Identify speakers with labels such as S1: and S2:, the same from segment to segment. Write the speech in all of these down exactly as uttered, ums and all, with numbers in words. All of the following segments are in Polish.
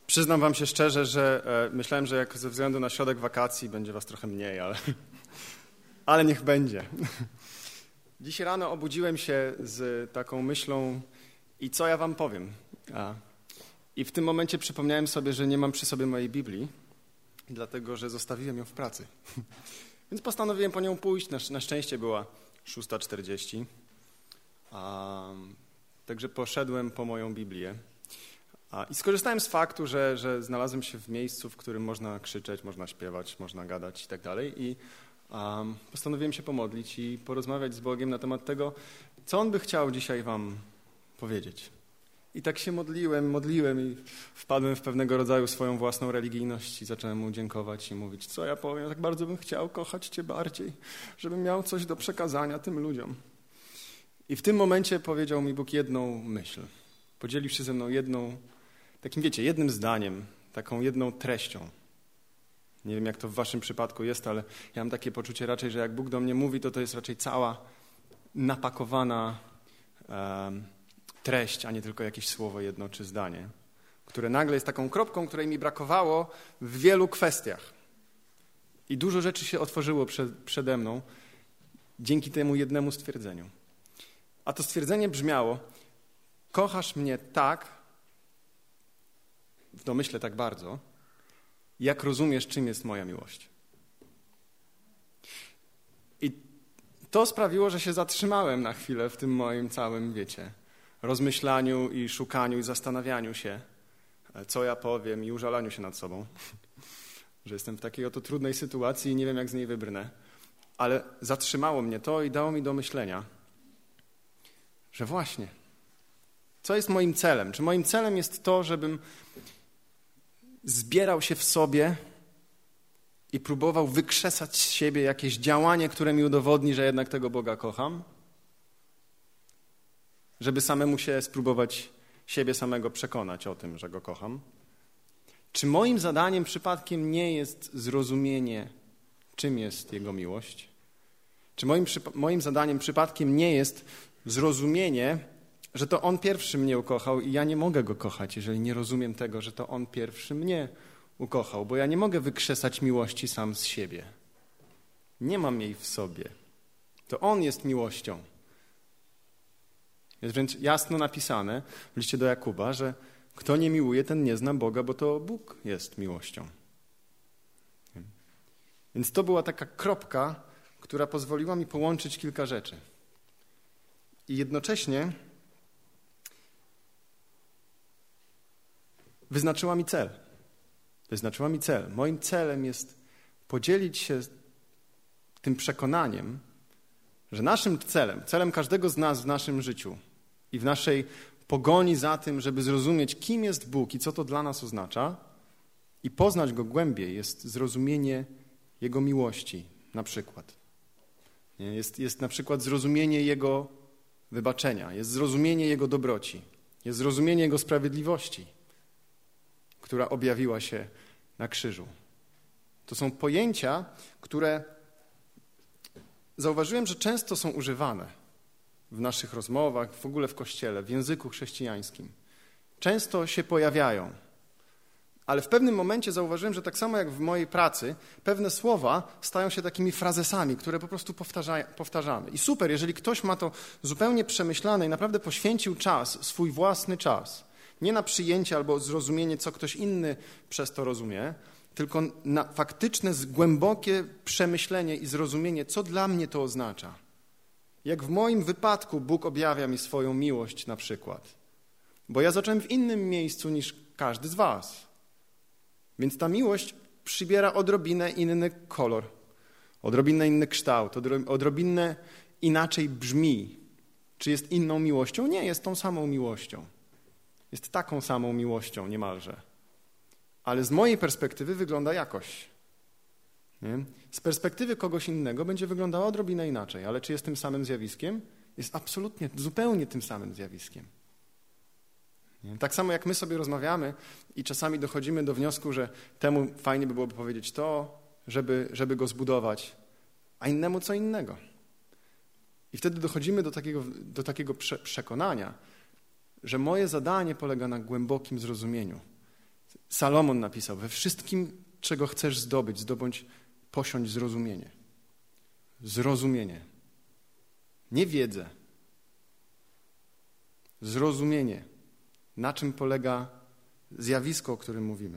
S1: Przyznam wam się szczerze, że e, myślałem, że jak ze względu na środek wakacji będzie was trochę mniej, ale, ale niech będzie. Dziś rano obudziłem się z taką myślą i co ja wam powiem. A, I w tym momencie przypomniałem sobie, że nie mam przy sobie mojej Biblii, dlatego że zostawiłem ją w pracy. Więc postanowiłem po nią pójść. Na, na szczęście była szósta czterdzieści. Um, także poszedłem po moją Biblię. A, I skorzystałem z faktu, że, że znalazłem się w miejscu, w którym można krzyczeć, można śpiewać, można gadać i tak dalej. I um, postanowiłem się pomodlić i porozmawiać z Bogiem na temat tego, co On by chciał dzisiaj wam powiedzieć. I tak się modliłem, modliłem i wpadłem w pewnego rodzaju swoją własną religijność i zacząłem Mu dziękować i mówić, co ja powiem, tak bardzo bym chciał kochać Cię bardziej, żebym miał coś do przekazania tym ludziom. I w tym momencie powiedział mi Bóg jedną myśl. Podzielił się ze mną jedną, takim wiecie, jednym zdaniem, taką jedną treścią. Nie wiem, jak to w waszym przypadku jest, ale ja mam takie poczucie raczej, że jak Bóg do mnie mówi, to to jest raczej cała napakowana um, treść, a nie tylko jakieś słowo jedno czy zdanie, które nagle jest taką kropką, której mi brakowało w wielu kwestiach. I dużo rzeczy się otworzyło przed, przede mną dzięki temu jednemu stwierdzeniu. A to stwierdzenie brzmiało: kochasz mnie tak, w domyśle tak bardzo, jak rozumiesz, czym jest moja miłość. I to sprawiło, że się zatrzymałem na chwilę w tym moim całym, wiecie, rozmyślaniu i szukaniu i zastanawianiu się, co ja powiem i użalaniu się nad sobą, że jestem w takiej oto trudnej sytuacji i nie wiem, jak z niej wybrnę. Ale zatrzymało mnie to i dało mi do myślenia, że właśnie, co jest moim celem? Czy moim celem jest to, żebym zbierał się w sobie i próbował wykrzesać z siebie jakieś działanie, które mi udowodni, że jednak tego Boga kocham? Żeby samemu się spróbować siebie samego przekonać o tym, że Go kocham? Czy moim zadaniem przypadkiem nie jest zrozumienie, czym jest Jego miłość? Czy moim, moim zadaniem przypadkiem nie jest zrozumienie, że to On pierwszy mnie ukochał i ja nie mogę Go kochać, jeżeli nie rozumiem tego, że to On pierwszy mnie ukochał, bo ja nie mogę wykrzesać miłości sam z siebie. Nie mam jej w sobie. To On jest miłością. Jest wręcz jasno napisane w liście do Jakuba, że kto nie miłuje, ten nie zna Boga, bo to Bóg jest miłością. Więc to była taka kropka, która pozwoliła mi połączyć kilka rzeczy. I jednocześnie wyznaczyła mi cel. Wyznaczyła mi cel. Moim celem jest podzielić się tym przekonaniem, że naszym celem, celem każdego z nas w naszym życiu i w naszej pogoni za tym, żeby zrozumieć, kim jest Bóg i co to dla nas oznacza i poznać Go głębiej, jest zrozumienie Jego miłości na przykład. Jest, jest na przykład zrozumienie Jego wybaczenia, jest zrozumienie Jego dobroci, jest zrozumienie Jego sprawiedliwości, która objawiła się na krzyżu. To są pojęcia, które zauważyłem, że często są używane w naszych rozmowach, w ogóle w Kościele, w języku chrześcijańskim. Często się pojawiają. Ale w pewnym momencie zauważyłem, że tak samo jak w mojej pracy, pewne słowa stają się takimi frazesami, które po prostu powtarza, powtarzamy. I super, jeżeli ktoś ma to zupełnie przemyślane i naprawdę poświęcił czas, swój własny czas, nie na przyjęcie albo zrozumienie, co ktoś inny przez to rozumie, tylko na faktyczne, głębokie przemyślenie i zrozumienie, co dla mnie to oznacza. Jak w moim wypadku Bóg objawia mi swoją miłość na przykład. Bo ja zacząłem w innym miejscu niż każdy z was. Więc ta miłość przybiera odrobinę inny kolor, odrobinę inny kształt, odrobinę inaczej brzmi. Czy jest inną miłością? Nie, jest tą samą miłością. Jest taką samą miłością niemalże. Ale z mojej perspektywy wygląda jakoś. Nie? Z perspektywy kogoś innego będzie wyglądała odrobinę inaczej. Ale czy jest tym samym zjawiskiem? Jest absolutnie, zupełnie tym samym zjawiskiem. Nie? Tak samo jak my sobie rozmawiamy i czasami dochodzimy do wniosku, że temu fajnie by byłoby powiedzieć to, żeby, żeby go zbudować, a innemu co innego. I wtedy dochodzimy do takiego, do takiego prze, przekonania, że moje zadanie polega na głębokim zrozumieniu, Salomon napisał, we wszystkim, czego chcesz zdobyć, zdobądź, posiądź zrozumienie. Zrozumienie. Nie wiedzę. Zrozumienie. Na czym polega zjawisko, o którym mówimy.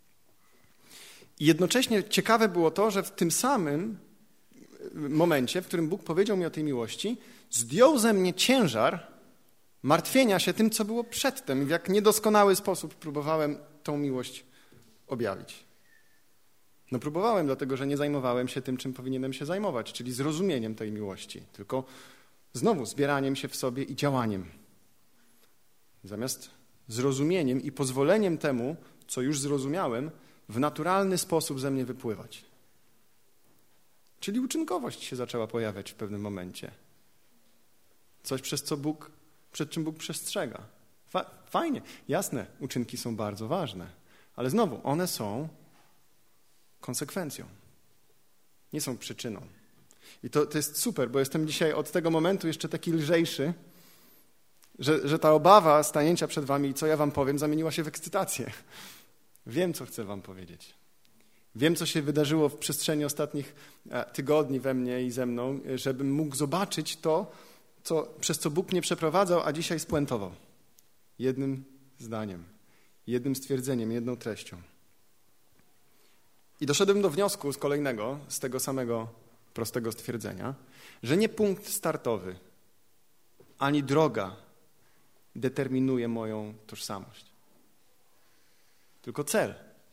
S1: I jednocześnie ciekawe było to, że w tym samym momencie, w którym Bóg powiedział mi o tej miłości, zdjął ze mnie ciężar martwienia się tym, co było przedtem, w jak niedoskonały sposób próbowałem tą miłość objawić. No próbowałem, dlatego że nie zajmowałem się tym, czym powinienem się zajmować, czyli zrozumieniem tej miłości, tylko znowu zbieraniem się w sobie i działaniem. Zamiast zrozumieniem i pozwoleniem temu, co już zrozumiałem, w naturalny sposób ze mnie wypływać. Czyli uczynkowość się zaczęła pojawiać w pewnym momencie. Coś, przez co Bóg, przed czym Bóg przestrzega. Fa- fajnie, jasne, uczynki są bardzo ważne, ale znowu, one są konsekwencją. Nie są przyczyną. I to, to jest super, bo jestem dzisiaj od tego momentu jeszcze taki lżejszy, że, że ta obawa stanięcia przed wami i co ja wam powiem zamieniła się w ekscytację. Wiem, co chcę wam powiedzieć. Wiem, co się wydarzyło w przestrzeni ostatnich tygodni we mnie i ze mną, żebym mógł zobaczyć to, co, przez co Bóg mnie przeprowadzał, a dzisiaj spuentował. Jednym zdaniem, jednym stwierdzeniem, jedną treścią. I doszedłem do wniosku z kolejnego, z tego samego prostego stwierdzenia, że nie punkt startowy, ani droga determinuje moją tożsamość. Tylko cel.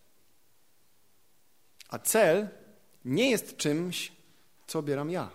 S1: A cel nie jest czymś, co obieram ja.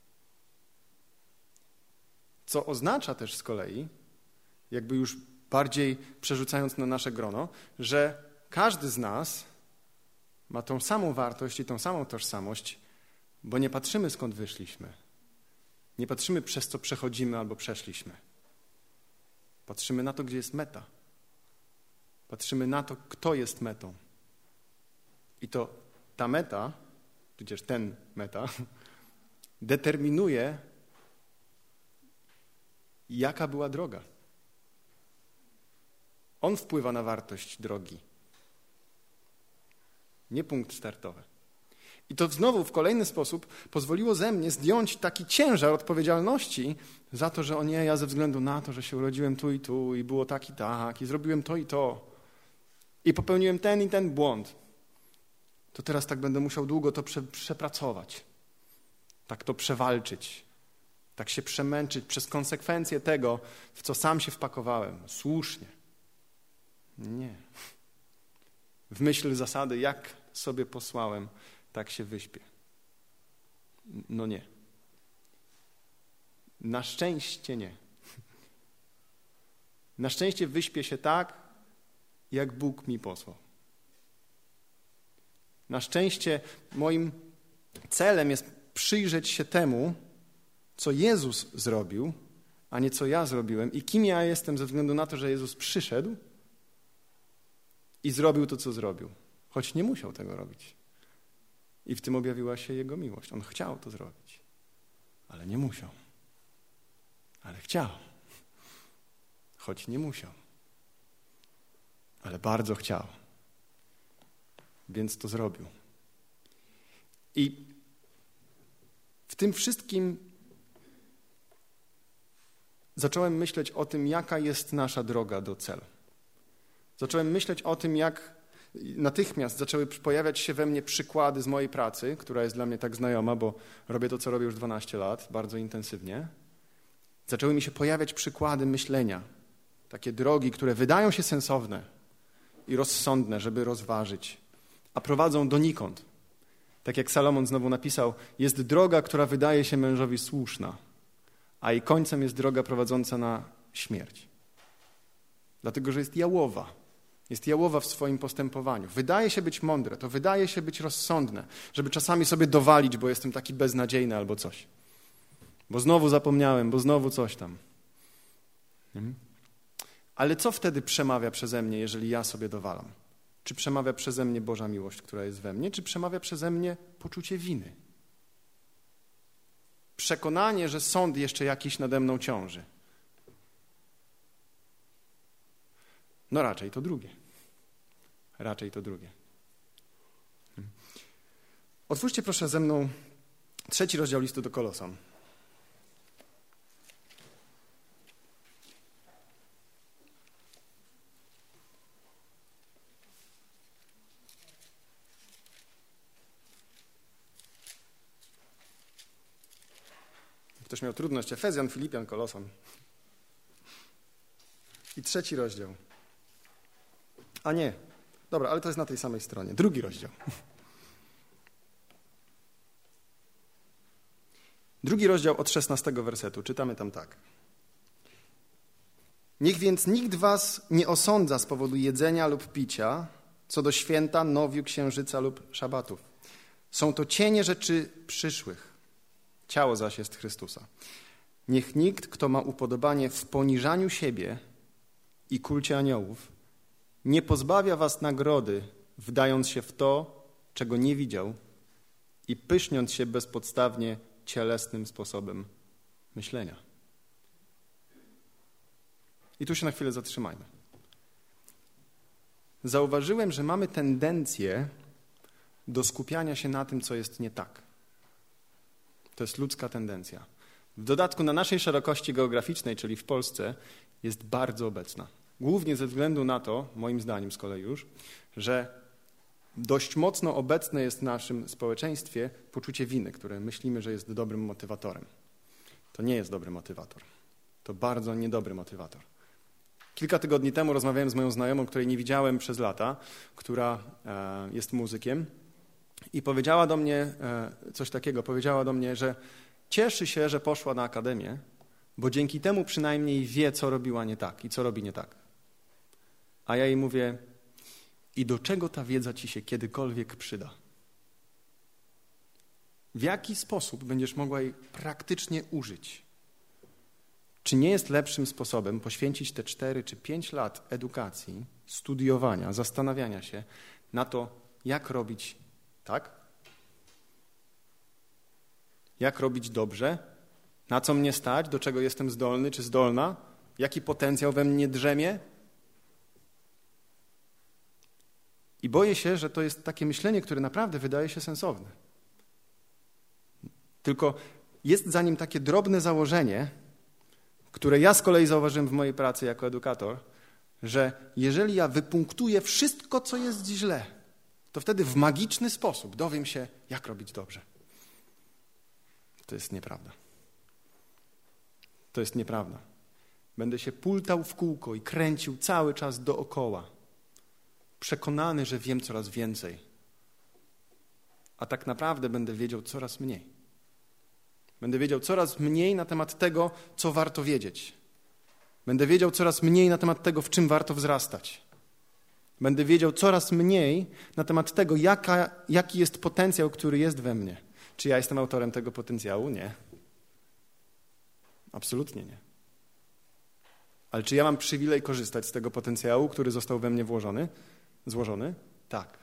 S1: Co oznacza też z kolei, jakby już bardziej przerzucając na nasze grono, że każdy z nas ma tą samą wartość i tą samą tożsamość, bo nie patrzymy, skąd wyszliśmy. Nie patrzymy, przez co przechodzimy albo przeszliśmy. Patrzymy na to, gdzie jest meta. Patrzymy na to, kto jest metą. I to ta meta, przecież ten meta, determinuje, jaka była droga. On wpływa na wartość drogi. Nie punkt startowy. I to znowu w kolejny sposób pozwoliło ze mnie zdjąć taki ciężar odpowiedzialności za to, że o nie, ja ze względu na to, że się urodziłem tu i tu i było tak i tak i zrobiłem to i to i popełniłem ten i ten błąd, to teraz tak będę musiał długo to prze, przepracować, tak to przewalczyć, tak się przemęczyć przez konsekwencje tego, w co sam się wpakowałem. Słusznie. Nie. W myśl zasady, jak sobie posłałem, tak się wyśpię. No nie. Na szczęście nie. Na szczęście wyśpię się tak, jak Bóg mi posłał. Na szczęście moim celem jest przyjrzeć się temu, co Jezus zrobił, a nie co ja zrobiłem i kim ja jestem ze względu na to, że Jezus przyszedł i zrobił to, co zrobił. Choć nie musiał tego robić. I w tym objawiła się Jego miłość. On chciał to zrobić, ale nie musiał. Ale chciał. Choć nie musiał. Ale bardzo chciał. Więc to zrobił. I w tym wszystkim zacząłem myśleć o tym, jaka jest nasza droga do celu. Zacząłem myśleć o tym, jak natychmiast zaczęły pojawiać się we mnie przykłady z mojej pracy, która jest dla mnie tak znajoma, bo robię to, co robię już dwanaście lat, bardzo intensywnie. Zaczęły mi się pojawiać przykłady myślenia, takie drogi, które wydają się sensowne i rozsądne, żeby rozważyć, a prowadzą donikąd. Tak jak Salomon znowu napisał, jest droga, która wydaje się mężowi słuszna, a jej końcem jest droga prowadząca na śmierć. Dlatego, że jest jałowa. Jest jałowa w swoim postępowaniu. Wydaje się być mądre, to wydaje się być rozsądne, żeby czasami sobie dowalić, bo jestem taki beznadziejny albo coś. Bo znowu zapomniałem, bo znowu coś tam. Hmm? Ale co wtedy przemawia przeze mnie, jeżeli ja sobie dowalam? Czy przemawia przeze mnie Boża miłość, która jest we mnie, czy przemawia przeze mnie poczucie winy? Przekonanie, że sąd jeszcze jakiś nade mną ciąży. No raczej to drugie. Raczej to drugie. Otwórzcie proszę ze mną trzeci rozdział listu do Kolosan. Ktoś miał trudność. Efezjan, Filipian, Kolosan. I trzeci rozdział. A nie. Dobra, ale to jest na tej samej stronie. Drugi rozdział. Drugi rozdział od szesnastego wersetu. Czytamy tam tak. Niech więc nikt was nie osądza z powodu jedzenia lub picia, co do święta, nowiu, księżyca lub szabatów. Są to cienie rzeczy przyszłych. Ciało zaś jest Chrystusa. Niech nikt, kto ma upodobanie w poniżaniu siebie i kulcie aniołów, nie pozbawia was nagrody, wdając się w to, czego nie widział i pyszniąc się bezpodstawnie cielesnym sposobem myślenia. I tu się na chwilę zatrzymajmy. Zauważyłem, że mamy tendencję do skupiania się na tym, co jest nie tak. To jest ludzka tendencja. W dodatku na naszej szerokości geograficznej, czyli w Polsce, jest bardzo obecna. Głównie ze względu na to, moim zdaniem z kolei już, że dość mocno obecne jest w naszym społeczeństwie poczucie winy, które myślimy, że jest dobrym motywatorem. To nie jest dobry motywator. To bardzo niedobry motywator. Kilka tygodni temu rozmawiałem z moją znajomą, której nie widziałem przez lata, która e, jest muzykiem i powiedziała do mnie e, coś takiego. Powiedziała do mnie, że cieszy się, że poszła na akademię, bo dzięki temu przynajmniej wie, co robiła nie tak i co robi nie tak. A ja jej mówię, i do czego ta wiedza ci się kiedykolwiek przyda? W jaki sposób będziesz mogła jej praktycznie użyć? Czy nie jest lepszym sposobem poświęcić te cztery czy pięć lat edukacji, studiowania, zastanawiania się na to, jak robić tak? Jak robić dobrze? Na co mnie stać? Do czego jestem zdolny czy zdolna? Jaki potencjał we mnie drzemie? I boję się, że to jest takie myślenie, które naprawdę wydaje się sensowne. Tylko jest za nim takie drobne założenie, które ja z kolei zauważyłem w mojej pracy jako edukator, że jeżeli ja wypunktuję wszystko, co jest źle, to wtedy w magiczny sposób dowiem się, jak robić dobrze. To jest nieprawda. To jest nieprawda. Będę się pultał w kółko i kręcił cały czas dookoła. Przekonany, że wiem coraz więcej. A tak naprawdę będę wiedział coraz mniej. Będę wiedział coraz mniej na temat tego, co warto wiedzieć. Będę wiedział coraz mniej na temat tego, w czym warto wzrastać. Będę wiedział coraz mniej na temat tego, jaka, jaki jest potencjał, który jest we mnie. Czy ja jestem autorem tego potencjału? Nie. Absolutnie nie. Ale czy ja mam przywilej korzystać z tego potencjału, który został we mnie włożony? Złożony? Tak.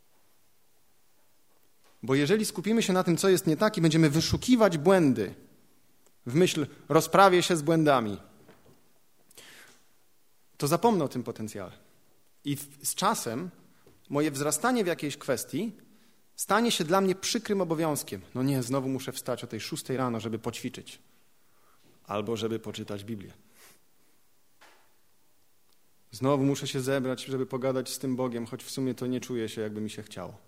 S1: Bo jeżeli skupimy się na tym, co jest nie tak i będziemy wyszukiwać błędy w myśl rozprawię się z błędami, to zapomnę o tym potencjale. I z czasem moje wzrastanie w jakiejś kwestii stanie się dla mnie przykrym obowiązkiem. No nie, znowu muszę wstać o tej szóstej rano, żeby poćwiczyć. Albo żeby poczytać Biblię. Znowu muszę się zebrać, żeby pogadać z tym Bogiem, choć w sumie to nie czuję się, jakby mi się chciało.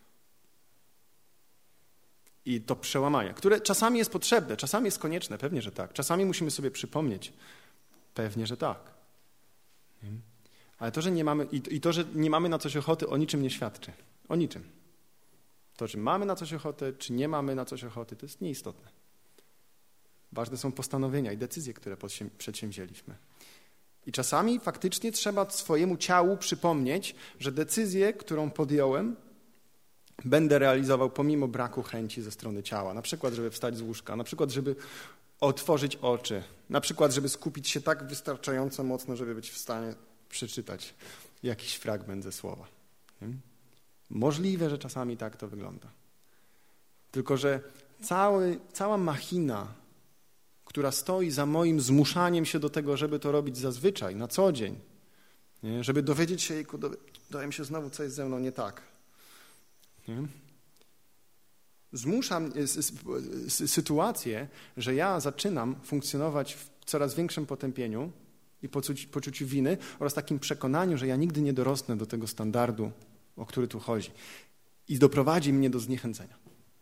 S1: I to przełamanie, które czasami jest potrzebne, czasami jest konieczne, pewnie, że tak. Czasami musimy sobie przypomnieć, pewnie, że tak. Ale to, że nie mamy, i to, że nie mamy na coś ochoty, o niczym nie świadczy. O niczym. To, czy mamy na coś ochotę, czy nie mamy na coś ochoty, to jest nieistotne. Ważne są postanowienia i decyzje, które przedsięwzięliśmy. I czasami faktycznie trzeba swojemu ciału przypomnieć, że decyzję, którą podjąłem, będę realizował pomimo braku chęci ze strony ciała. Na przykład, żeby wstać z łóżka, na przykład, żeby otworzyć oczy, na przykład, żeby skupić się tak wystarczająco mocno, żeby być w stanie przeczytać jakiś fragment ze słowa. Możliwe, że czasami tak to wygląda. Tylko że cały, cała machina, która stoi za moim zmuszaniem się do tego, żeby to robić zazwyczaj, na co dzień, Nie? Żeby dowiedzieć się, jejku, dowiem się znowu, co jest ze mną nie tak. Nie? Zmuszam sytuację, że ja zaczynam funkcjonować w coraz większym potępieniu i poczuciu, poczuciu winy oraz takim przekonaniu, że ja nigdy nie dorosnę do tego standardu, o który tu chodzi. I doprowadzi mnie do zniechęcenia.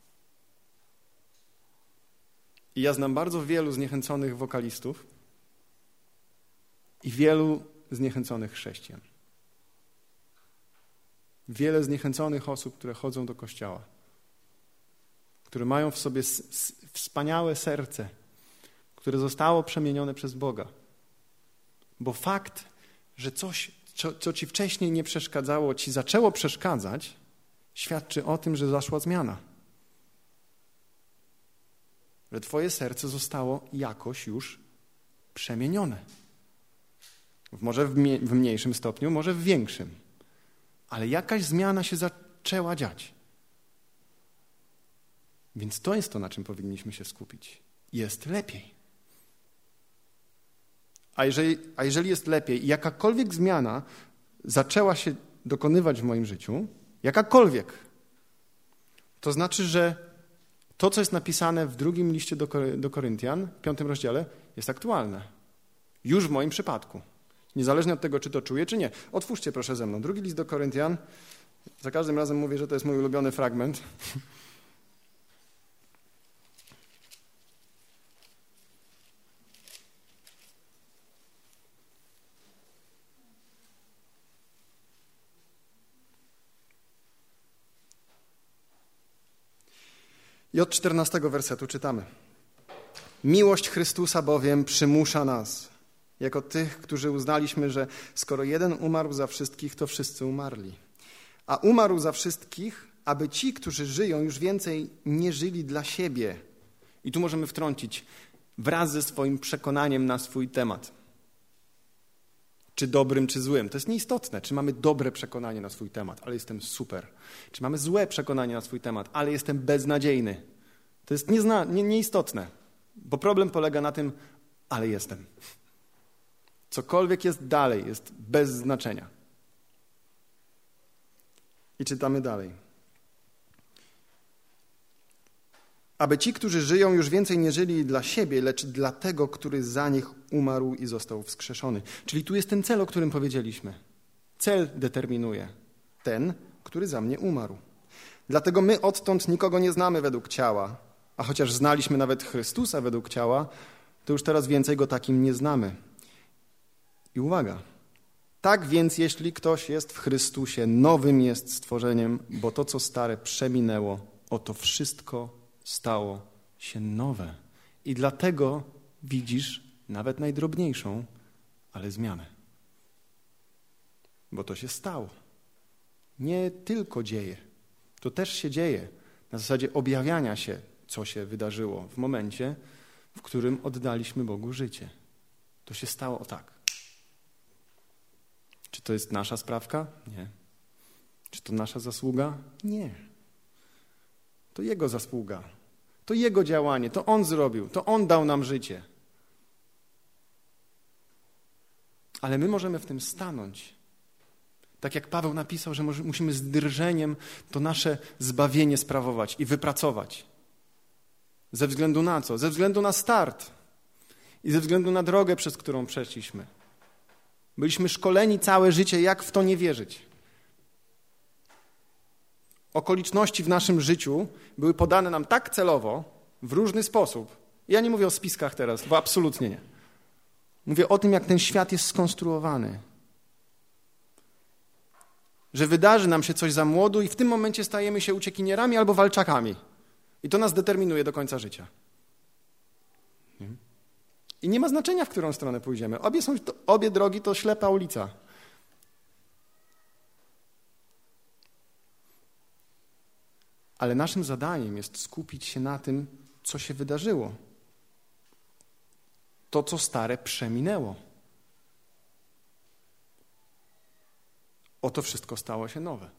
S1: I ja znam bardzo wielu zniechęconych wokalistów i wielu zniechęconych chrześcijan. Wiele zniechęconych osób, które chodzą do kościoła, które mają w sobie wspaniałe serce, które zostało przemienione przez Boga. Bo fakt, że coś, co, co ci wcześniej nie przeszkadzało, ci zaczęło przeszkadzać, świadczy o tym, że zaszła zmiana. Że twoje serce zostało jakoś już przemienione. Może w, mie- w mniejszym stopniu, może w większym. Ale jakaś zmiana się zaczęła dziać. Więc to jest to, na czym powinniśmy się skupić. Jest lepiej. A jeżeli, a jeżeli jest lepiej i jakakolwiek zmiana zaczęła się dokonywać w moim życiu, jakakolwiek, to znaczy, że to, co jest napisane w drugim liście do, do Koryntian, w piątym rozdziale, jest aktualne. Już w moim przypadku. Niezależnie od tego, czy to czuję, czy nie. Otwórzcie proszę ze mną. Drugi list do Koryntian. Za każdym razem mówię, że to jest mój ulubiony fragment. I od czternastego wersetu czytamy. Miłość Chrystusa bowiem przymusza nas, jako tych, którzy uznaliśmy, że skoro jeden umarł za wszystkich, to wszyscy umarli. A umarł za wszystkich, aby ci, którzy żyją, już więcej nie żyli dla siebie. I tu możemy wtrącić wraz ze swoim przekonaniem na swój temat. Czy dobrym, czy złym. To jest nieistotne, czy mamy dobre przekonanie na swój temat, ale jestem super. Czy mamy złe przekonanie na swój temat, ale jestem beznadziejny. To jest niezna, nie, nieistotne, bo problem polega na tym, ale jestem. Cokolwiek jest dalej, jest bez znaczenia. I czytamy dalej. Aby ci, którzy żyją, już więcej nie żyli dla siebie, lecz dla tego, który za nich umarł i został wskrzeszony. Czyli tu jest ten cel, o którym powiedzieliśmy. Cel determinuje ten, który za mnie umarł. Dlatego my odtąd nikogo nie znamy według ciała, a chociaż znaliśmy nawet Chrystusa według ciała, to już teraz więcej go takim nie znamy. I uwaga, tak więc jeśli ktoś jest w Chrystusie, nowym jest stworzeniem, bo to, co stare przeminęło, oto wszystko stało się nowe. I dlatego widzisz nawet najdrobniejszą, ale zmianę. Bo to się stało. Nie tylko dzieje. To też się dzieje na zasadzie objawiania się, co się wydarzyło w momencie, w którym oddaliśmy Bogu życie. To się stało o tak. Czy to jest nasza sprawka? Nie. Czy to nasza zasługa? Nie. To Jego zasługa. To Jego działanie. To On zrobił. To On dał nam życie. Ale my możemy w tym stanąć. Tak jak Paweł napisał, że musimy z drżeniem to nasze zbawienie sprawować i wypracować. Ze względu na co? Ze względu na start i ze względu na drogę, przez którą przeszliśmy. Byliśmy szkoleni całe życie, jak w to nie wierzyć. Okoliczności w naszym życiu były podane nam tak celowo, w różny sposób. Ja nie mówię o spiskach teraz, bo absolutnie nie. Mówię o tym, jak ten świat jest skonstruowany. Że wydarzy nam się coś za młodu i w tym momencie stajemy się uciekinierami albo walczakami. I to nas determinuje do końca życia. Nie? I nie ma znaczenia, w którą stronę pójdziemy. Obie, są, to, obie drogi to ślepa ulica. Ale naszym zadaniem jest skupić się na tym, co się wydarzyło. To, co stare przeminęło. Oto wszystko stało się nowe.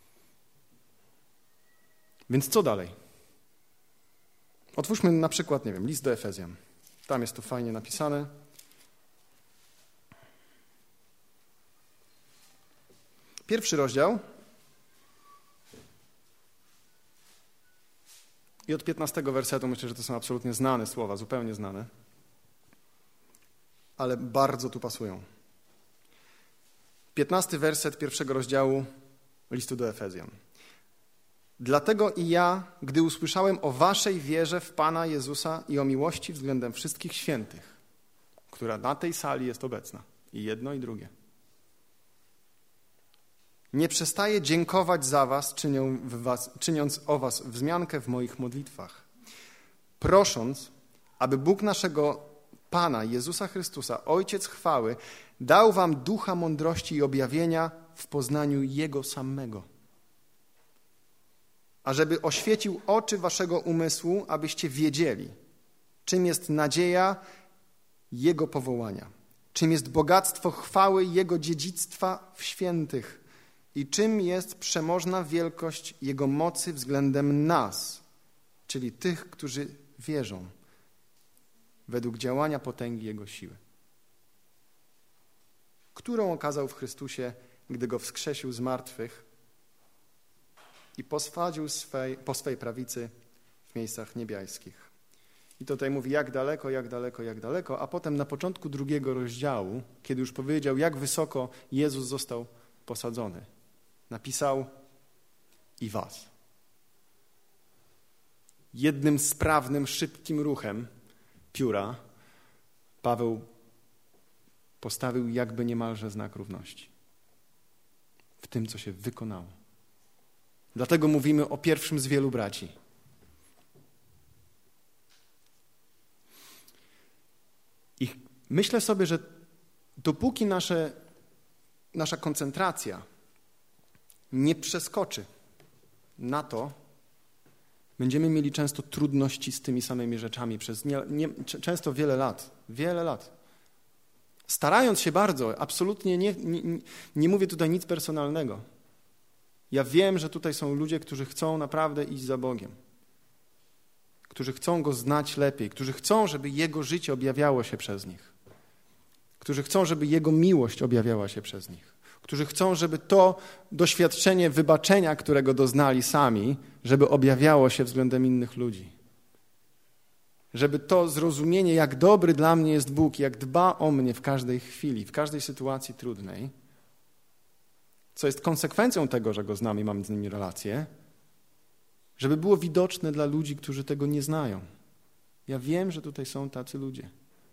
S1: Więc co dalej? Otwórzmy na przykład, nie wiem, list do Efezjan. Tam jest to fajnie napisane. Pierwszy rozdział i od piętnastego wersetu myślę, że to są absolutnie znane słowa, zupełnie znane, ale bardzo tu pasują. Piętnasty werset pierwszego rozdziału listu do Efezjan. Dlatego i ja, gdy usłyszałem o waszej wierze w Pana Jezusa i o miłości względem wszystkich świętych, która na tej sali jest obecna, i jedno i drugie, nie przestaję dziękować za was, czynią w was, czyniąc o was wzmiankę w moich modlitwach, prosząc, aby Bóg naszego Pana Jezusa Chrystusa, Ojciec chwały, dał wam ducha mądrości i objawienia w poznaniu Jego samego, ażeby oświecił oczy waszego umysłu, abyście wiedzieli, czym jest nadzieja Jego powołania, czym jest bogactwo chwały Jego dziedzictwa w świętych i czym jest przemożna wielkość Jego mocy względem nas, czyli tych, którzy wierzą, według działania potęgi Jego siły, którą okazał w Chrystusie, gdy Go wskrzesił z martwych i poswadził swej, po swej prawicy w miejscach niebiańskich. I tutaj mówi, jak daleko, jak daleko, jak daleko, a potem na początku drugiego rozdziału, kiedy już powiedział, jak wysoko Jezus został posadzony, napisał i was. Jednym sprawnym, szybkim ruchem pióra Paweł postawił jakby niemalże znak równości w tym, co się wykonało. Dlatego mówimy o pierwszym z wielu braci. I myślę sobie, że dopóki nasze, nasza koncentracja nie przeskoczy na to, będziemy mieli często trudności z tymi samymi rzeczami przez nie, nie, często wiele lat. Wiele lat. Starając się bardzo, absolutnie nie, nie, nie mówię tutaj nic personalnego. Ja wiem, że tutaj są ludzie, którzy chcą naprawdę iść za Bogiem, którzy chcą Go znać lepiej, którzy chcą, żeby Jego życie objawiało się przez nich, którzy chcą, żeby Jego miłość objawiała się przez nich, którzy chcą, żeby to doświadczenie wybaczenia, którego doznali sami, żeby objawiało się względem innych ludzi. Żeby to zrozumienie, jak dobry dla mnie jest Bóg, jak dba o mnie w każdej chwili, w każdej sytuacji trudnej, co jest konsekwencją tego, że Go znamy i mamy z nimi relacje, żeby było widoczne dla ludzi, którzy tego nie znają. Ja wiem, że tutaj są tacy ludzie.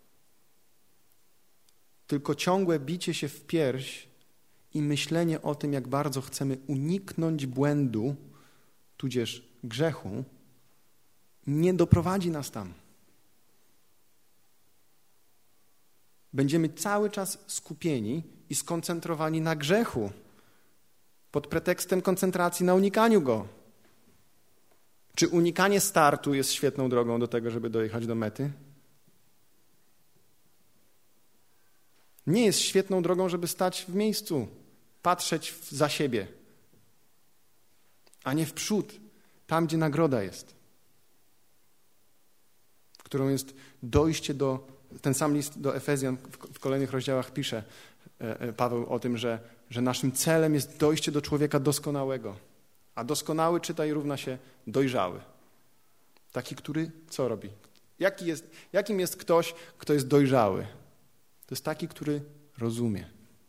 S1: Tylko ciągłe bicie się w pierś i myślenie o tym, jak bardzo chcemy uniknąć błędu, tudzież grzechu, nie doprowadzi nas tam. Będziemy cały czas skupieni i skoncentrowani na grzechu, pod pretekstem koncentracji na unikaniu go. Czy unikanie startu jest świetną drogą do tego, żeby dojechać do mety? Nie jest świetną drogą, żeby stać w miejscu, patrzeć za siebie, a nie w przód, tam, gdzie nagroda jest, którą jest dojście do, ten sam list do Efezjan w, w kolejnych rozdziałach pisze e, Paweł o tym, że, że naszym celem jest dojście do człowieka doskonałego, a doskonały, czytaj, równa się dojrzały. Taki, który co robi? Jaki jest, jakim jest ktoś, kto jest dojrzały? To jest taki, który rozumie.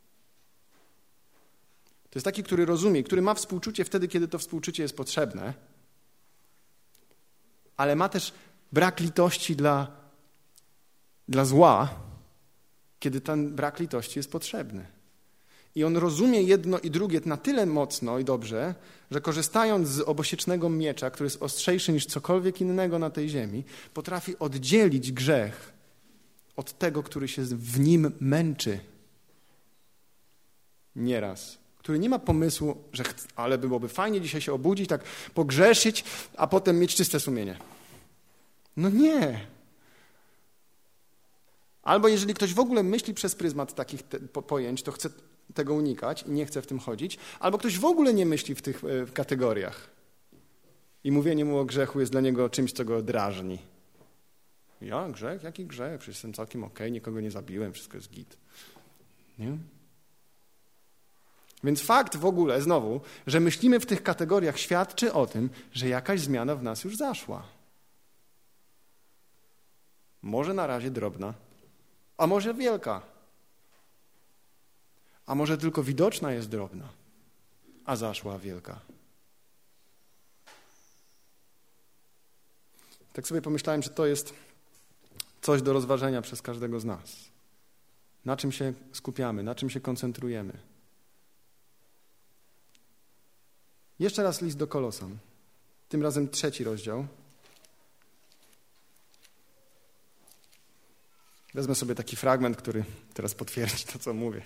S1: To jest taki, który rozumie, który ma współczucie wtedy, kiedy to współczucie jest potrzebne, ale ma też brak litości dla, dla zła, kiedy ten brak litości jest potrzebny. I on rozumie jedno i drugie na tyle mocno i dobrze, że korzystając z obosiecznego miecza, który jest ostrzejszy niż cokolwiek innego na tej ziemi, potrafi oddzielić grzech od tego, który się w nim męczy. Nieraz. Który nie ma pomysłu, że ch- ale byłoby fajnie dzisiaj się obudzić, tak pogrzeszyć, a potem mieć czyste sumienie. No nie. Albo jeżeli ktoś w ogóle myśli przez pryzmat takich te, po, pojęć, to chce tego unikać i nie chce w tym chodzić, albo ktoś w ogóle nie myśli w tych w kategoriach i mówienie mu o grzechu jest dla niego czymś, co go drażni. Ja? Grzech? Jaki grzech? Przecież jestem całkiem okej, nikogo nie zabiłem, wszystko jest git. Nie? Więc fakt w ogóle, znowu, że myślimy w tych kategoriach, świadczy o tym, że jakaś zmiana w nas już zaszła. Może na razie drobna, a może wielka. A może tylko widoczna jest drobna, a zaszła wielka. Tak sobie pomyślałem, że to jest coś do rozważenia przez każdego z nas. Na czym się skupiamy, na czym się koncentrujemy. Jeszcze raz list do Kolosan. Tym razem trzeci rozdział. Wezmę sobie taki fragment, który teraz potwierdzi to, co mówię.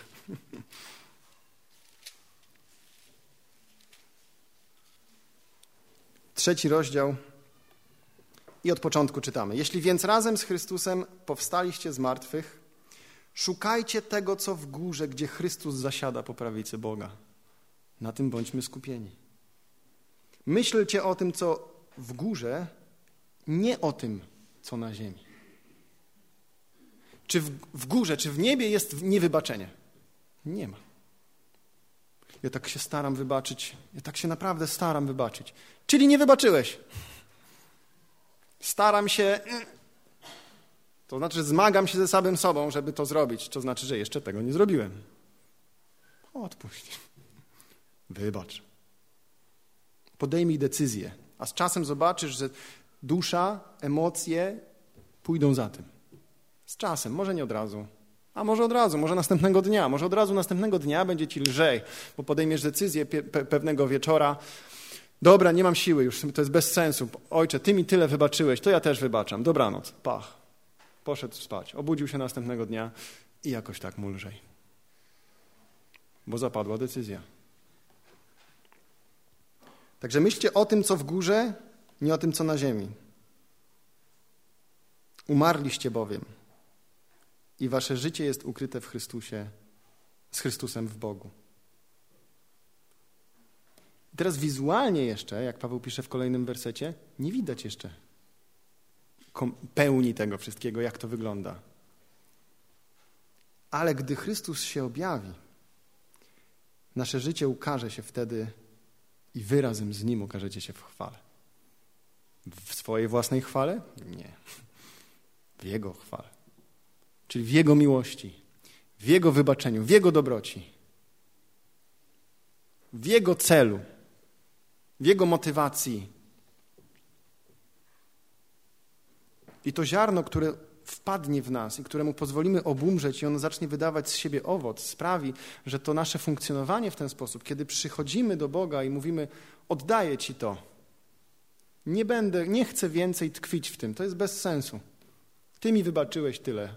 S1: Trzeci rozdział i od początku czytamy. Jeśli więc razem z Chrystusem powstaliście z martwych, szukajcie tego, co w górze, gdzie Chrystus zasiada po prawicy Boga. Na tym bądźmy skupieni. Myślcie o tym, co w górze, nie o tym, co na ziemi. Czy w, w górze, czy w niebie jest niewybaczenie? Nie ma. Ja tak się staram wybaczyć. Ja tak się naprawdę staram wybaczyć. Czyli nie wybaczyłeś. Staram się... To znaczy, że zmagam się ze samym sobą, żeby to zrobić. To znaczy, że jeszcze tego nie zrobiłem. Odpuść. Wybacz. Podejmij decyzję. A z czasem zobaczysz, że dusza, emocje pójdą za tym. Z czasem, może nie od razu, a może od razu, może następnego dnia, może od razu następnego dnia będzie ci lżej, bo podejmiesz decyzję pe- pe- pewnego wieczora. Dobra, nie mam siły już, to jest bez sensu. Ojcze, ty mi tyle wybaczyłeś, to ja też wybaczam. Dobranoc, pach. Poszedł spać, obudził się następnego dnia i jakoś tak mu lżej. Bo zapadła decyzja. Także myślcie o tym, co w górze, nie o tym, co na ziemi. Umarliście bowiem i wasze życie jest ukryte w Chrystusie, z Chrystusem w Bogu. I teraz wizualnie jeszcze, jak Paweł pisze w kolejnym wersecie, nie widać jeszcze pełni tego wszystkiego, jak to wygląda. Ale gdy Chrystus się objawi, nasze życie ukaże się wtedy i wy razem z Nim ukażecie się w chwale. W swojej własnej chwale? Nie. W Jego chwale. Czyli w Jego miłości, w Jego wybaczeniu, w Jego dobroci, w Jego celu, w Jego motywacji. I to ziarno, które wpadnie w nas i któremu pozwolimy obumrzeć i ono zacznie wydawać z siebie owoc, sprawi, że to nasze funkcjonowanie w ten sposób, kiedy przychodzimy do Boga i mówimy, oddaję Ci to, nie będę, nie chcę więcej tkwić w tym, to jest bez sensu. Ty mi wybaczyłeś tyle.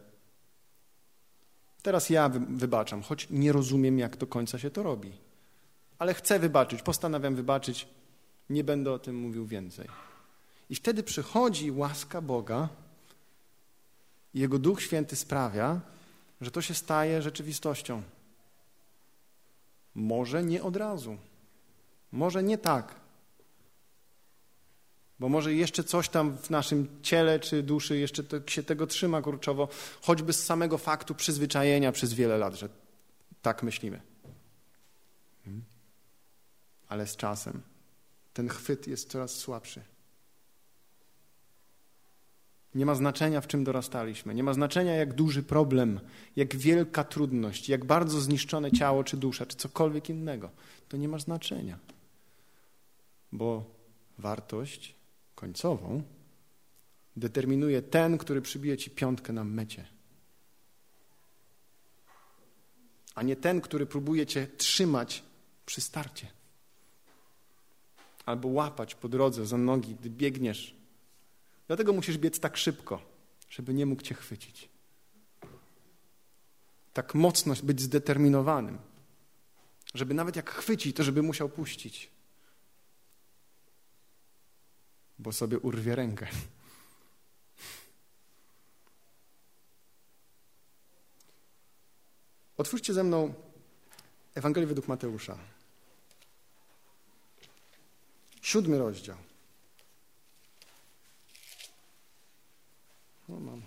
S1: Teraz ja wybaczam, choć nie rozumiem, jak do końca się to robi. Ale chcę wybaczyć, postanawiam wybaczyć, nie będę o tym mówił więcej. I wtedy przychodzi łaska Boga i Jego Duch Święty sprawia, że to się staje rzeczywistością. Może nie od razu, może nie tak, bo może jeszcze coś tam w naszym ciele czy duszy jeszcze to, się tego trzyma kurczowo, choćby z samego faktu przyzwyczajenia przez wiele lat, że tak myślimy. Ale z czasem ten chwyt jest coraz słabszy. Nie ma znaczenia, w czym dorastaliśmy. Nie ma znaczenia, jak duży problem, jak wielka trudność, jak bardzo zniszczone ciało, czy dusza, czy cokolwiek innego. To nie ma znaczenia. Bo wartość końcową determinuje ten, który przybije ci piątkę na mecie. A nie ten, który próbuje cię trzymać przy starcie. Albo łapać po drodze za nogi, gdy biegniesz. Dlatego musisz biec tak szybko, żeby nie mógł cię chwycić. Tak mocno być zdeterminowanym, żeby nawet jak chwyci, to żeby musiał puścić. Bo sobie urwie rękę. Otwórzcie ze mną Ewangelię według Mateusza. Siódmy rozdział. No mam.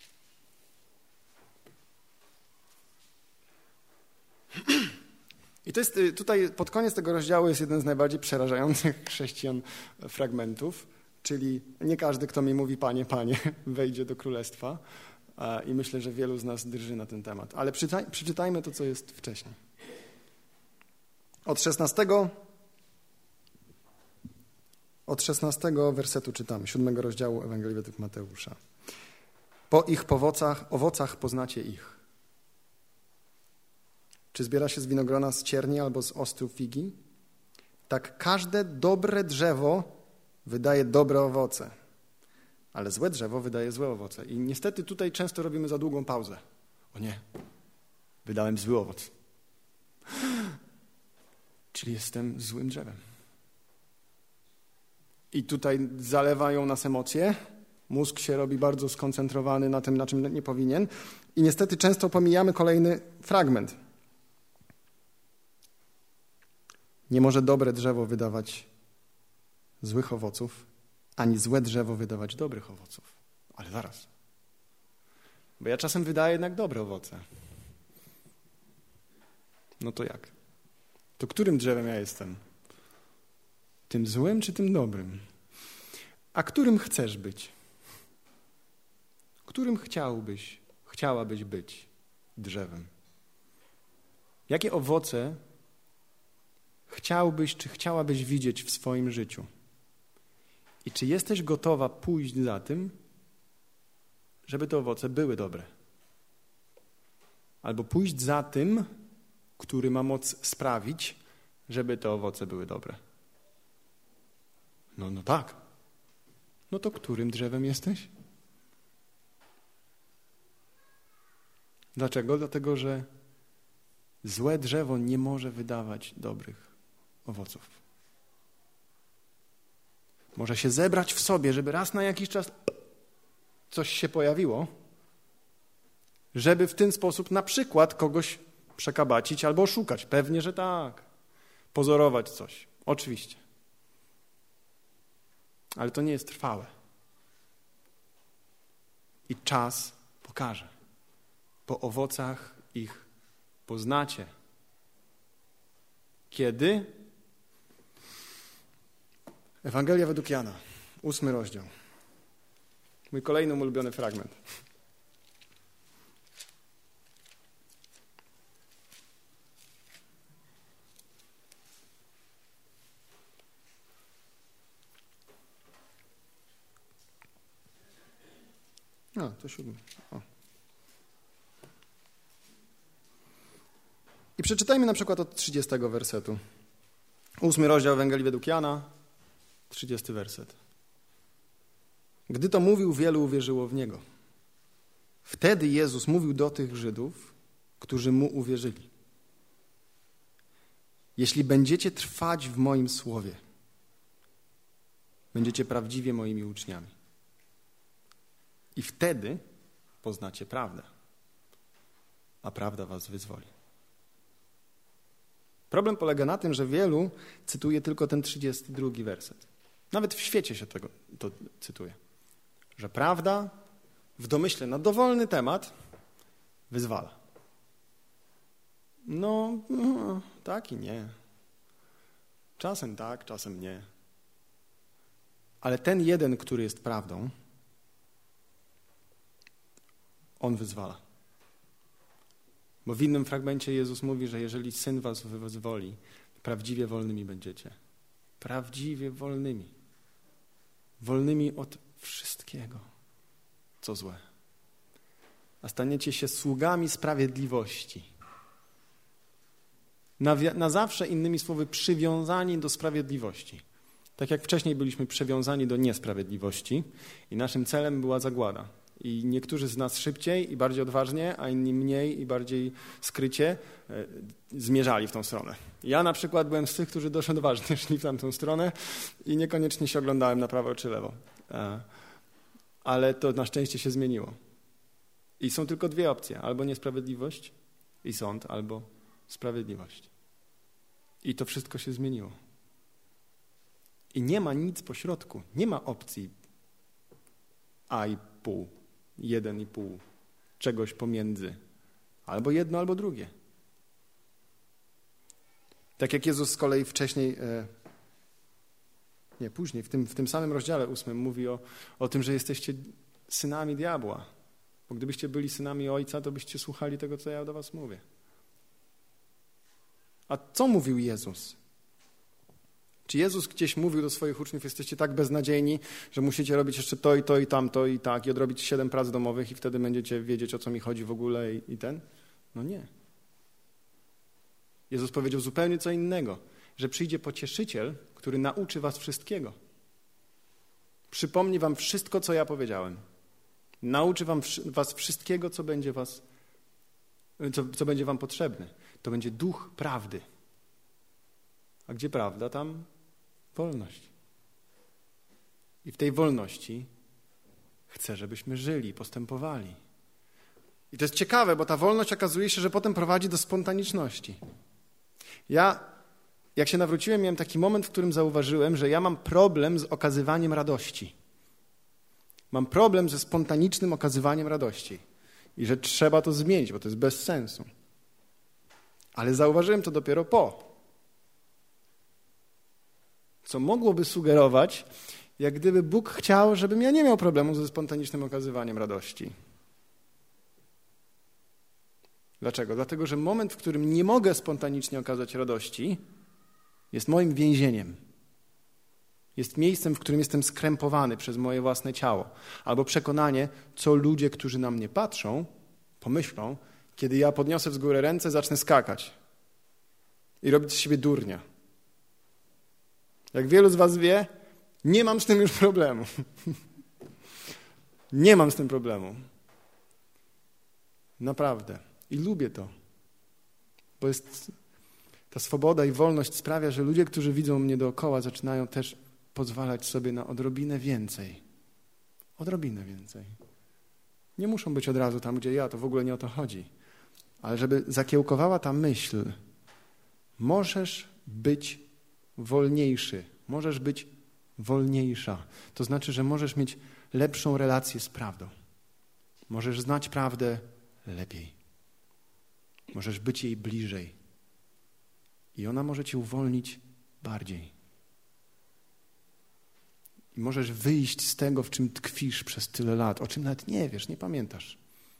S1: I to jest tutaj pod koniec tego rozdziału jest jeden z najbardziej przerażających chrześcijan fragmentów, czyli nie każdy, kto mi mówi Panie, Panie, wejdzie do Królestwa. I myślę, że wielu z nas drży na ten temat. Ale przeczytaj, przeczytajmy to, co jest wcześniej. Od szesnastego, od szesnastego wersetu czytamy, siódmego rozdziału Ewangelii według Mateusza. Po ich owocach, owocach poznacie ich. Czy zbiera się z winogrona z cierni albo z ostru figi? Tak każde dobre drzewo wydaje dobre owoce, ale złe drzewo wydaje złe owoce. I niestety tutaj często robimy za długą pauzę. O nie, wydałem zły owoc. Czyli jestem złym drzewem. I tutaj zalewają nas emocje. Mózg się robi bardzo skoncentrowany na tym, na czym nie powinien. I niestety często pomijamy kolejny fragment. Nie może dobre drzewo wydawać złych owoców, ani złe drzewo wydawać dobrych owoców. Ale zaraz. Bo ja czasem wydaję jednak dobre owoce. No to jak? To którym drzewem ja jestem? Tym złym czy tym dobrym? A którym chcesz być? Którym chciałbyś, chciałabyś być drzewem? Jakie owoce chciałbyś czy chciałabyś widzieć w swoim życiu? I czy jesteś gotowa pójść za tym, żeby te owoce były dobre? Albo pójść za tym, który ma moc sprawić, żeby te owoce były dobre? No, no tak. No to którym drzewem jesteś? Dlaczego? Dlatego, że złe drzewo nie może wydawać dobrych owoców. Może się zebrać w sobie, żeby raz na jakiś czas coś się pojawiło, żeby w ten sposób na przykład kogoś przekabacić albo oszukać. Pewnie, że tak. Pozorować coś. Oczywiście. Ale to nie jest trwałe. I czas pokaże. Po owocach ich poznacie. Kiedy? Ewangelia według Jana, ósmy rozdział. Mój kolejny ulubiony fragment. A, to siódmy. O. I przeczytajmy na przykład od trzydziestego wersetu. Ósmy rozdział Ewangelii według Jana, trzydziesty werset. Gdy to mówił, wielu uwierzyło w Niego. Wtedy Jezus mówił do tych Żydów, którzy Mu uwierzyli. Jeśli będziecie trwać w moim słowie, będziecie prawdziwie moimi uczniami. I wtedy poznacie prawdę, a prawda was wyzwoli. Problem polega na tym, że wielu cytuje tylko ten trzydziesty drugi werset. Nawet w świecie się tego to cytuje. Że prawda w domyśle na dowolny temat wyzwala. No, no tak i nie. Czasem tak, czasem nie. Ale ten jeden, który jest prawdą, on wyzwala. Bo w innym fragmencie Jezus mówi, że jeżeli Syn was wyzwoli, prawdziwie wolnymi będziecie. Prawdziwie wolnymi. Wolnymi od wszystkiego, co złe. A staniecie się sługami sprawiedliwości. Na, na zawsze, innymi słowy, przywiązani do sprawiedliwości. Tak jak wcześniej byliśmy przywiązani do niesprawiedliwości i naszym celem była zagłada. I niektórzy z nas szybciej i bardziej odważnie, a inni mniej i bardziej skrycie e, zmierzali w tą stronę. Ja na przykład byłem z tych, którzy dość odważnie szli w tamtą stronę i niekoniecznie się oglądałem na prawo czy lewo. E, ale to na szczęście się zmieniło. I są tylko dwie opcje. Albo niesprawiedliwość i sąd, albo sprawiedliwość. I to wszystko się zmieniło. I nie ma nic pośrodku. Nie ma opcji a i pół. Jeden i pół, czegoś pomiędzy. Albo jedno, albo drugie. Tak jak Jezus z kolei wcześniej, e, nie, później, w tym, w tym samym rozdziale ósmym mówi o, o tym, że jesteście synami diabła. Bo gdybyście byli synami Ojca, to byście słuchali tego, co ja do was mówię. A co mówił Jezus? Czy Jezus gdzieś mówił do swoich uczniów, jesteście tak beznadziejni, że musicie robić jeszcze to i to i tamto i tak i odrobić siedem prac domowych i wtedy będziecie wiedzieć, o co mi chodzi w ogóle i, i ten? No nie. Jezus powiedział zupełnie co innego, że przyjdzie pocieszyciel, który nauczy was wszystkiego. Przypomni wam wszystko, co ja powiedziałem. Nauczy wam, was wszystkiego, co będzie, was, co, co będzie wam potrzebne. To będzie duch prawdy. A gdzie prawda, tam wolność. I w tej wolności chcę, żebyśmy żyli, postępowali. I to jest ciekawe, bo ta wolność okazuje się, że potem prowadzi do spontaniczności. Ja, jak się nawróciłem, miałem taki moment, w którym zauważyłem, że ja mam problem z okazywaniem radości. Mam problem ze spontanicznym okazywaniem radości. I że trzeba to zmienić, bo to jest bez sensu. Ale zauważyłem to dopiero po. Co mogłoby sugerować, jak gdyby Bóg chciał, żebym ja nie miał problemu ze spontanicznym okazywaniem radości. Dlaczego? Dlatego, że moment, w którym nie mogę spontanicznie okazać radości, jest moim więzieniem. Jest miejscem, w którym jestem skrępowany przez moje własne ciało. Albo przekonanie, co ludzie, którzy na mnie patrzą, pomyślą, kiedy ja podniosę w górę ręce, zacznę skakać i robić z siebie durnia. Jak wielu z was wie, nie mam z tym już problemu. Nie mam z tym problemu. Naprawdę. I lubię to. Bo jest ta swoboda i wolność sprawia, że ludzie, którzy widzą mnie dookoła, zaczynają też pozwalać sobie na odrobinę więcej. Odrobinę więcej. Nie muszą być od razu tam, gdzie ja, to w ogóle nie o to chodzi. Ale żeby zakiełkowała ta myśl, możesz być wolniejszy, możesz być wolniejsza. To znaczy, że możesz mieć lepszą relację z prawdą. Możesz znać prawdę lepiej. Możesz być jej bliżej. I ona może cię uwolnić bardziej. I możesz wyjść z tego, w czym tkwisz przez tyle lat, o czym nawet nie wiesz, nie pamiętasz.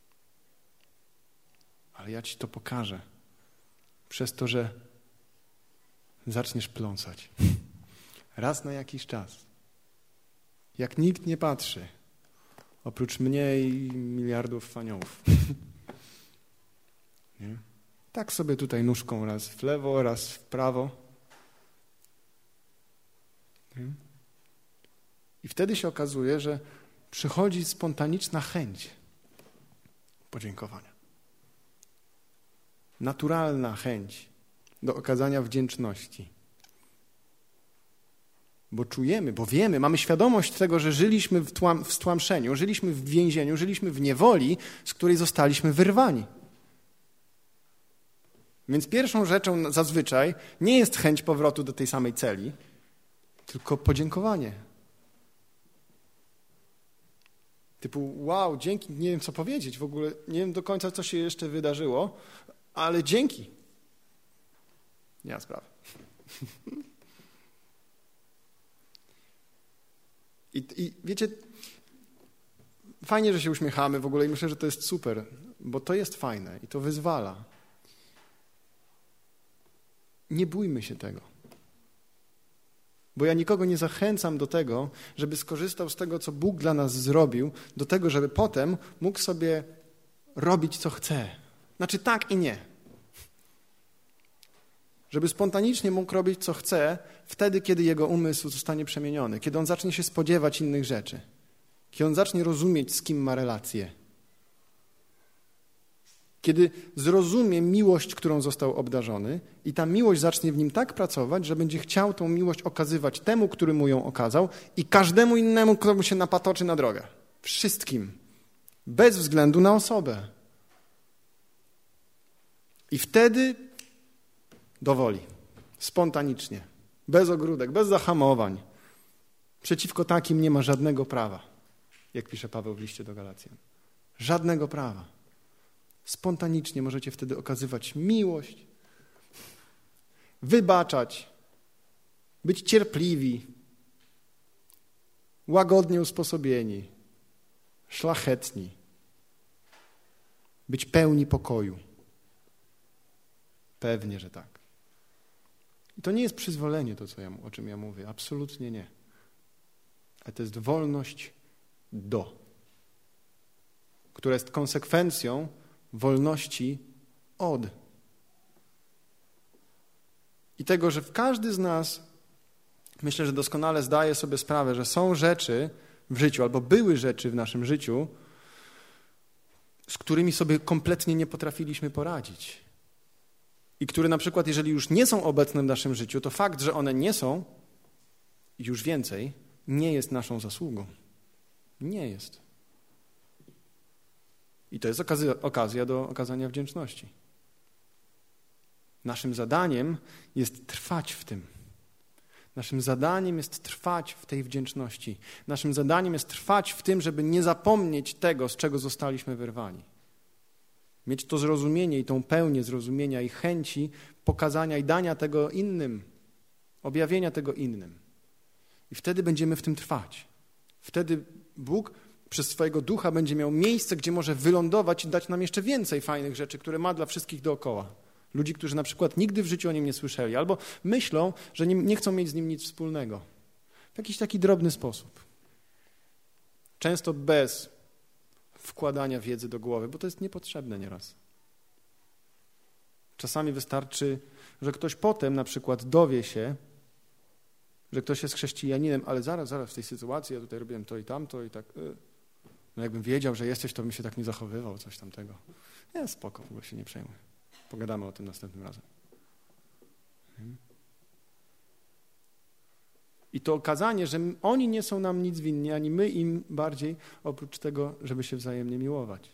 S1: Ale ja ci to pokażę. Przez to, że zaczniesz pląsać. Raz na jakiś czas. Jak nikt nie patrzy. Oprócz mnie i miliardów aniołów. Nie? Tak sobie tutaj nóżką raz w lewo, raz w prawo. Nie? I wtedy się okazuje, że przychodzi spontaniczna chęć podziękowania. Naturalna chęć do okazania wdzięczności. Bo czujemy, bo wiemy, mamy świadomość tego, że żyliśmy w, tłam, w stłamszeniu, żyliśmy w więzieniu, żyliśmy w niewoli, z której zostaliśmy wyrwani. Więc pierwszą rzeczą zazwyczaj nie jest chęć powrotu do tej samej celi, tylko podziękowanie. Typu, wow, dzięki, nie wiem co powiedzieć, w ogóle nie wiem do końca, co się jeszcze wydarzyło, ale dzięki. Nie ma sprawy. I, I wiecie, fajnie, że się uśmiechamy w ogóle i myślę, że to jest super, bo to jest fajne i to wyzwala. Nie bójmy się tego. Bo ja nikogo nie zachęcam do tego, żeby skorzystał z tego, co Bóg dla nas zrobił, do tego, żeby potem mógł sobie robić, co chce. Znaczy tak i nie. Żeby spontanicznie mógł robić, co chce, wtedy, kiedy jego umysł zostanie przemieniony, kiedy on zacznie się spodziewać innych rzeczy, kiedy on zacznie rozumieć, z kim ma relacje. Kiedy zrozumie miłość, którą został obdarzony i ta miłość zacznie w nim tak pracować, że będzie chciał tą miłość okazywać temu, który mu ją okazał i każdemu innemu, kto mu się napatoczy na drogę. Wszystkim. Bez względu na osobę. I wtedy dowoli. Spontanicznie. Bez ogródek, bez zahamowań. Przeciwko takim nie ma żadnego prawa. Jak pisze Paweł w liście do Galacjan. Żadnego prawa. Spontanicznie możecie wtedy okazywać miłość. wybaczać, być cierpliwi, łagodnie usposobieni, szlachetni, być pełni pokoju. Pewnie, że tak. I to nie jest przyzwolenie, to co ja, o czym ja mówię. Absolutnie nie. Ale to jest wolność do, która jest konsekwencją wolności od. I tego, że każdy z nas, myślę, że doskonale zdaje sobie sprawę, że są rzeczy w życiu, albo były rzeczy w naszym życiu, z którymi sobie kompletnie nie potrafiliśmy poradzić. I które na przykład, jeżeli już nie są obecne w naszym życiu, to fakt, że one nie są, i już więcej, nie jest naszą zasługą. Nie jest. I to jest okazja, okazja do okazania wdzięczności. Naszym zadaniem jest trwać w tym. Naszym zadaniem jest trwać w tej wdzięczności. Naszym zadaniem jest trwać w tym, żeby nie zapomnieć tego, z czego zostaliśmy wyrwani. Mieć to zrozumienie i tą pełnię zrozumienia i chęci pokazania i dania tego innym, objawienia tego innym. I wtedy będziemy w tym trwać. Wtedy Bóg przez swojego ducha będzie miał miejsce, gdzie może wylądować i dać nam jeszcze więcej fajnych rzeczy, które ma dla wszystkich dookoła. Ludzi, którzy na przykład nigdy w życiu o nim nie słyszeli, albo myślą, że nie, nie chcą mieć z nim nic wspólnego. W jakiś taki drobny sposób. Często bez wkładania wiedzy do głowy, bo to jest niepotrzebne nieraz. Czasami wystarczy, że ktoś potem na przykład dowie się, że ktoś jest chrześcijaninem, ale zaraz, zaraz w tej sytuacji ja tutaj robiłem to i tamto i tak, yy. no jakbym wiedział, że jesteś, to bym się tak nie zachowywał, coś tamtego. Nie, spoko, w ogóle się nie przejmuj. Pogadamy o tym następnym razem. I to okazanie, że oni nie są nam nic winni, ani my im bardziej, oprócz tego, żeby się wzajemnie miłować.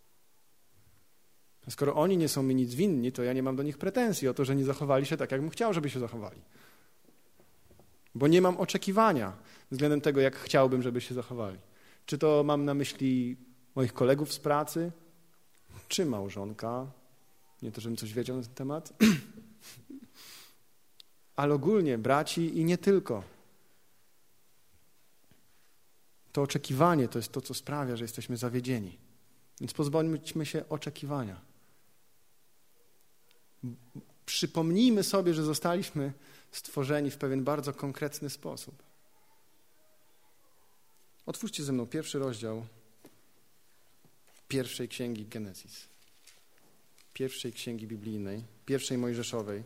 S1: A skoro oni nie są mi nic winni, to ja nie mam do nich pretensji o to, że nie zachowali się tak, jak bym chciał, żeby się zachowali. Bo nie mam oczekiwania względem tego, jak chciałbym, żeby się zachowali. Czy to mam na myśli moich kolegów z pracy, czy małżonka, nie to, żebym coś wiedział na ten temat, ale ogólnie braci i nie tylko. To oczekiwanie to jest to, co sprawia, że jesteśmy zawiedzieni. Więc pozbądźmy się oczekiwania. Przypomnijmy sobie, że zostaliśmy stworzeni w pewien bardzo konkretny sposób. Otwórzcie ze mną pierwszy rozdział pierwszej księgi Genezis. Pierwszej księgi biblijnej, pierwszej Mojżeszowej.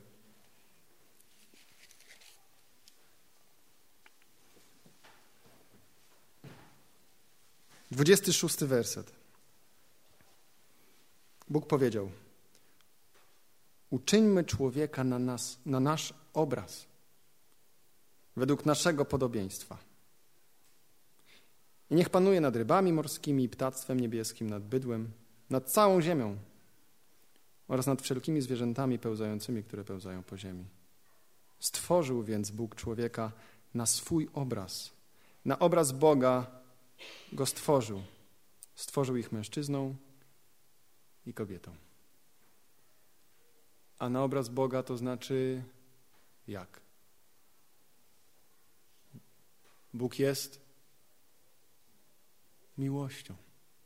S1: Dwudziesty szósty werset. Bóg powiedział: uczyńmy człowieka na nas, na nasz obraz, według naszego podobieństwa. I niech panuje nad rybami morskimi i ptactwem niebieskim, nad bydłem, nad całą ziemią oraz nad wszelkimi zwierzętami pełzającymi, które pełzają po ziemi. Stworzył więc Bóg człowieka na swój obraz. Na obraz Boga go stworzył. Stworzył ich mężczyzną i kobietą. A na obraz Boga to znaczy jak? Bóg jest miłością.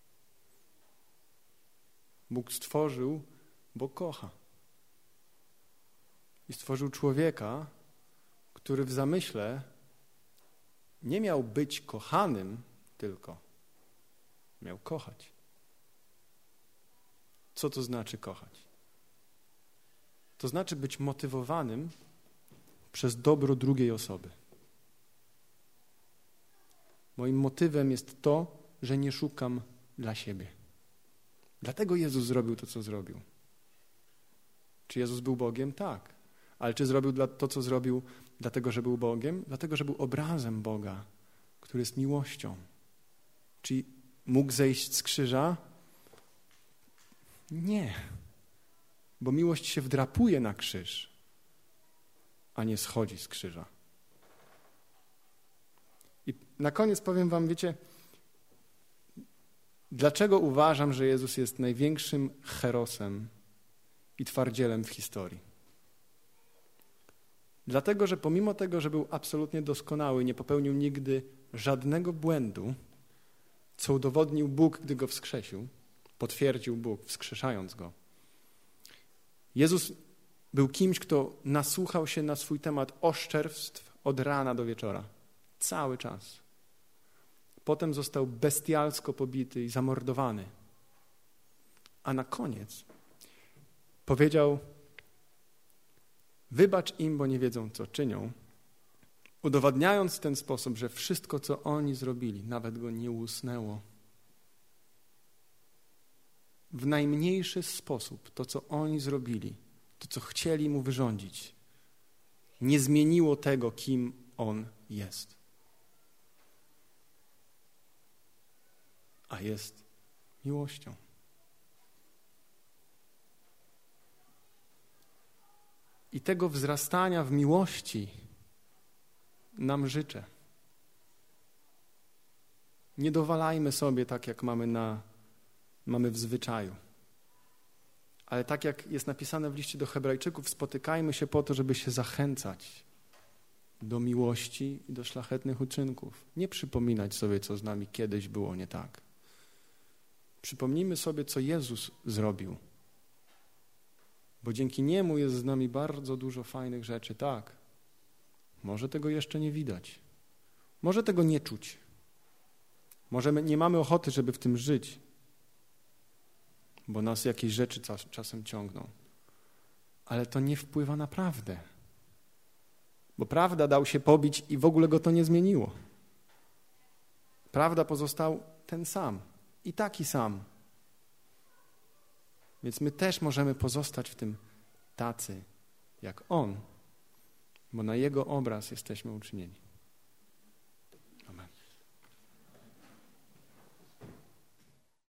S1: Bóg stworzył, bo kocha. I stworzył człowieka, który w zamyśle nie miał być kochanym tylko. Miał kochać. Co to znaczy kochać? To znaczy być motywowanym przez dobro drugiej osoby. Moim motywem jest to, że nie szukam dla siebie. Dlatego Jezus zrobił to, co zrobił. Czy Jezus był Bogiem? Tak. Ale czy zrobił to, co zrobił, dlatego, że był Bogiem? Dlatego, że był obrazem Boga, który jest miłością. Czyli mógł zejść z krzyża? Nie. Bo miłość się wdrapuje na krzyż, a nie schodzi z krzyża. I na koniec powiem wam, wiecie, dlaczego uważam, że Jezus jest największym herosem i twardzielem w historii. Dlatego, że pomimo tego, że był absolutnie doskonały, nie popełnił nigdy żadnego błędu, co udowodnił Bóg, gdy go wskrzesił, potwierdził Bóg, wskrzeszając go. Jezus był kimś, kto nasłuchał się na swój temat oszczerstw od rana do wieczora. Cały czas. Potem został bestialsko pobity i zamordowany. A na koniec powiedział: wybacz im, bo nie wiedzą, co czynią, udowadniając w ten sposób, że wszystko, co oni zrobili, nawet go nie łusnęło. W najmniejszy sposób to, co oni zrobili, to, co chcieli mu wyrządzić, nie zmieniło tego, kim on jest. A jest miłością. I tego wzrastania w miłości nam życzę. Nie dowalajmy sobie tak, jak mamy, na, mamy w zwyczaju. Ale tak jak jest napisane w liście do Hebrajczyków, spotykajmy się po to, żeby się zachęcać do miłości i do szlachetnych uczynków. Nie przypominać sobie, co z nami kiedyś było nie tak. Przypomnijmy sobie, co Jezus zrobił. Bo dzięki Niemu jest z nami bardzo dużo fajnych rzeczy. Tak, może tego jeszcze nie widać. Może tego nie czuć. Może my nie mamy ochoty, żeby w tym żyć. Bo nas jakieś rzeczy czasem ciągną. Ale to nie wpływa na prawdę. Bo prawda dał się pobić i w ogóle go to nie zmieniło. Prawda pozostał ten sam i taki sam. Więc my też możemy pozostać w tym tacy jak On, bo na Jego obraz jesteśmy uczynieni.